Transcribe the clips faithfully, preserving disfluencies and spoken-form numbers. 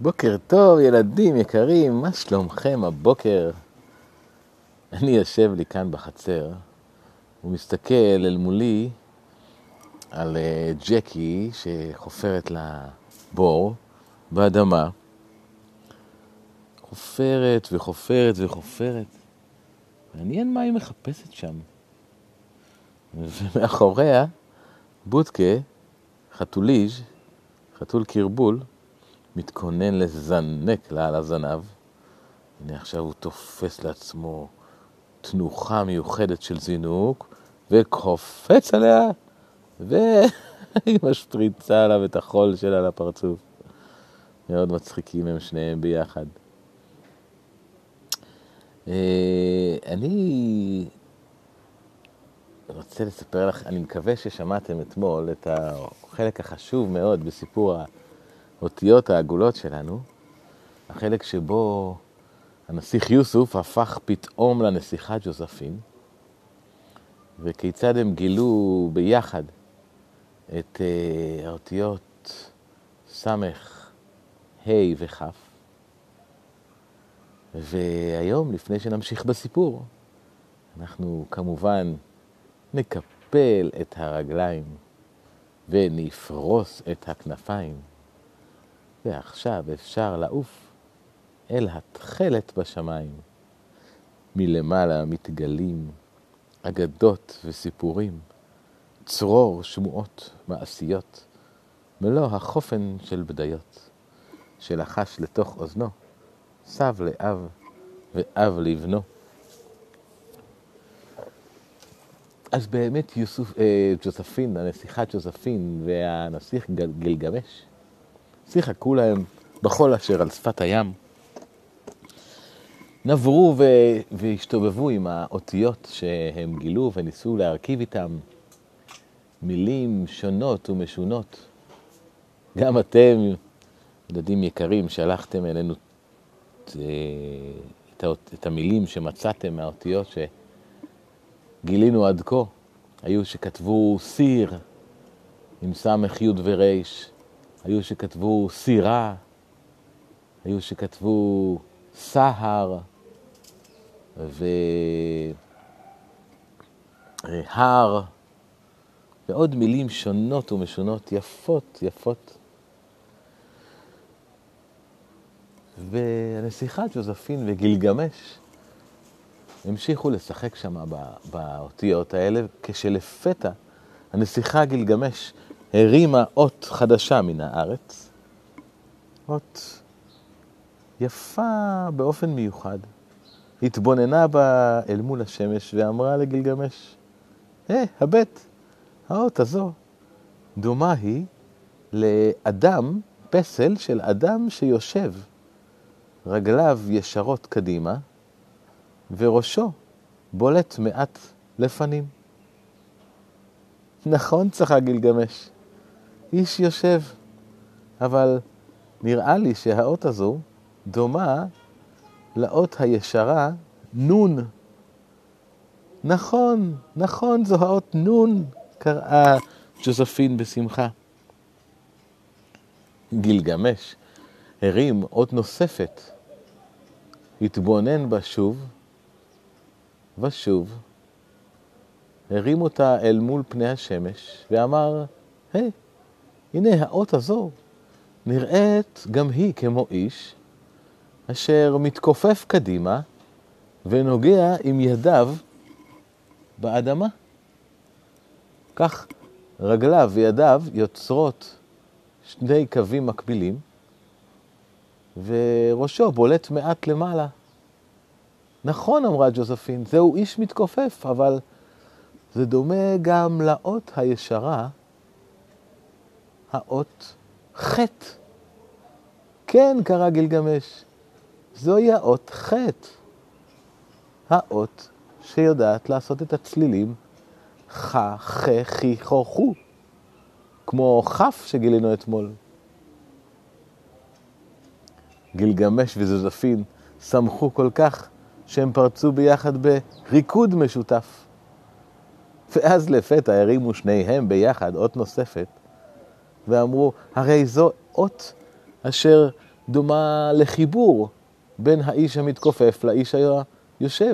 בוקר טוב ילדים יקרים, מה שלומכם הבוקר? אני יושב לי כאן בחצר ומסתכל אל מולי על uh, ג'קי שחופרת לבור באדמה. חופרת וחופרת וחופרת. מעניין מה היא מחפשת שם. ומאחוריה בוטקה, חתוליז', חתול קרבול, מתכונן לזנק לה על הזנב. הנה עכשיו הוא תופס לעצמו תנוחה מיוחדת של זינוק וקופץ עליה והיא משפריצה עליו את החול שלה לפרצוף. מאוד מצחיקים הם שניהם ביחד. אני רוצה לספר לך, אני מקווה ששמעתם אתמול את החלק החשוב מאוד בסיפור האותיות העגולות שלנו, החלק שבו הנסיך יוסוף הפך פתאום לנסיכה ג'וזפין, וכיצד הם גילו ביחד את uh, האותיות סמך, ה' וכף. והיום, לפני שנמשיך בסיפור, אנחנו כמובן נקפל את הרגליים ונפרוס את הכנפיים, ועכשיו אפשר לעוף אל התכלת בשמיים. מלמעלה מתגלים אגדות וסיפורים, צרור שמועות מעשיות, מלוא החופן של בדיות, שלחש לתוך אוזנו, סב לאב ואב לבנו. אז באמת יוסוף, אה, ג'וזפין, הנסיכה ג'וזפין והנסיך גל, גילגמש, שיחקו להם בחול אשר על שפת הים. נברו ו... והשתובבו עם האותיות שהם גילו וניסו להרכיב איתם מילים שונות ומשונות. גם אתם, ילדים יקרים, שלחתם אלינו את, את, את המילים שמצאתם מהאותיות שגילינו עד כה. היו שכתבו סיר עם סמך י' וריש, היו שכתבו סירה, היו שכתבו סהר והר, ועוד מילים שונות ומשונות, יפות, יפות. והנסיכה ג'וזפין וגילגמש המשיכו לשחק שם באותיות האלה, כשלפתע הנסיכה גילגמש הרימה אות חדשה מן הארץ, אות יפה באופן מיוחד. התבוננה בה אל מול השמש ואמרה לגילגמש, אה, hey, הבט, האות הזו דומה היא לאדם, פסל של אדם שיושב, רגליו ישרות קדימה וראשו בולט מעט לפנים. נכון, צחק גילגמש, איש יושב, אבל נראה לי שהאות הזו דומה לאות הישרה נון. נכון, נכון, זו האות נון, קראה ג'וזפין בשמחה. גילגמש הרים אות נוספת, התבונן בה שוב ושוב, הרים אותה אל מול פני השמש ואמר, היי, hey, הנה האות הזו נראית גם היא כמו איש אשר מתכופף קדימה ונוגע עם ידיו באדמה. כך רגליו וידיו יוצרות שני קווים מקבילים, וראשו בולט מעט למעלה. נכון, אמרה ג'וזפין, זהו איש מתכופף, אבל זה דומה גם לאות הישרה, האות חטא. כן, קרא גילגמש, זוהי האות חטא. האות שיודעת לעשות את הצלילים ח, ח, חי, חו, חו, כמו חף שגילינו אתמול. גילגמש וג'וזפין שמחו כל כך שהם פרצו ביחד בריקוד משותף. ואז לפתע הרימו שניהם ביחד אות נוספת ואמרו, הרי זו אות אשר דומה לחיבור בין האיש המתכופף לאיש היושב.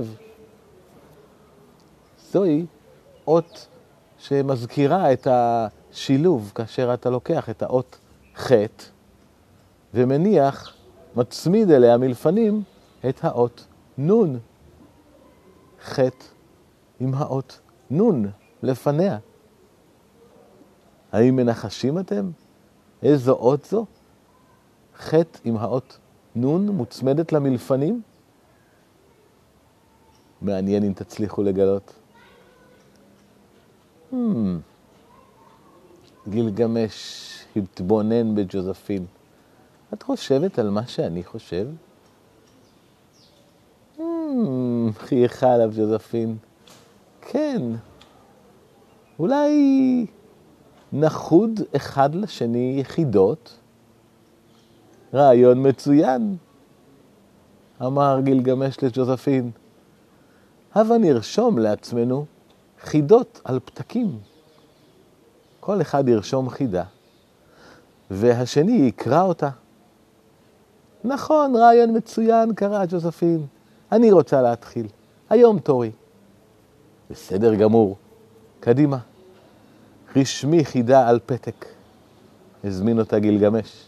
זוהי אות שמזכירה את השילוב כאשר אתה לוקח את האות חטא ומניח, מצמיד אליה מלפנים את האות נון. חטא עם האות נון לפניה. האם מנחשים אתם? איזו אות זו? חטא עם האות נון מוצמדת למלפנים? מעניין אם תצליחו לגלות. Hmm. גילגמש התבונן בג'וזפין. את חושבת על מה שאני חושב? Hmm. חייכה עליו ג'וזפין. כן. אולי נחוד אחד לשני יחידות? רעיון מצוין, אמר גילגמש לג'וזפין. הבה נרשום לעצמנו חידות על פתקים. כל אחד ירשום חידה, והשני יקרא אותה. נכון, רעיון מצוין, קרא ג'וזפין. אני רוצה להתחיל. היום תורי. בסדר גמור. קדימה. רשמי חידה על פתק. הזמין אותה גילגמש.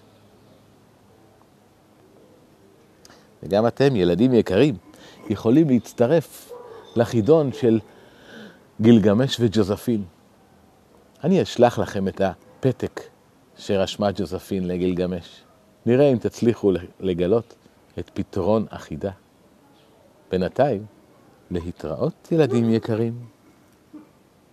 וגם אתם, ילדים יקרים, יכולים להצטרף לחידון של גילגמש וג'וזפין. אני אשלח לכם את הפתק שרשמה ג'וזפין לגילגמש. נראה אם תצליחו לגלות את פתרון החידה. בינתיים, להתראות ילדים יקרים.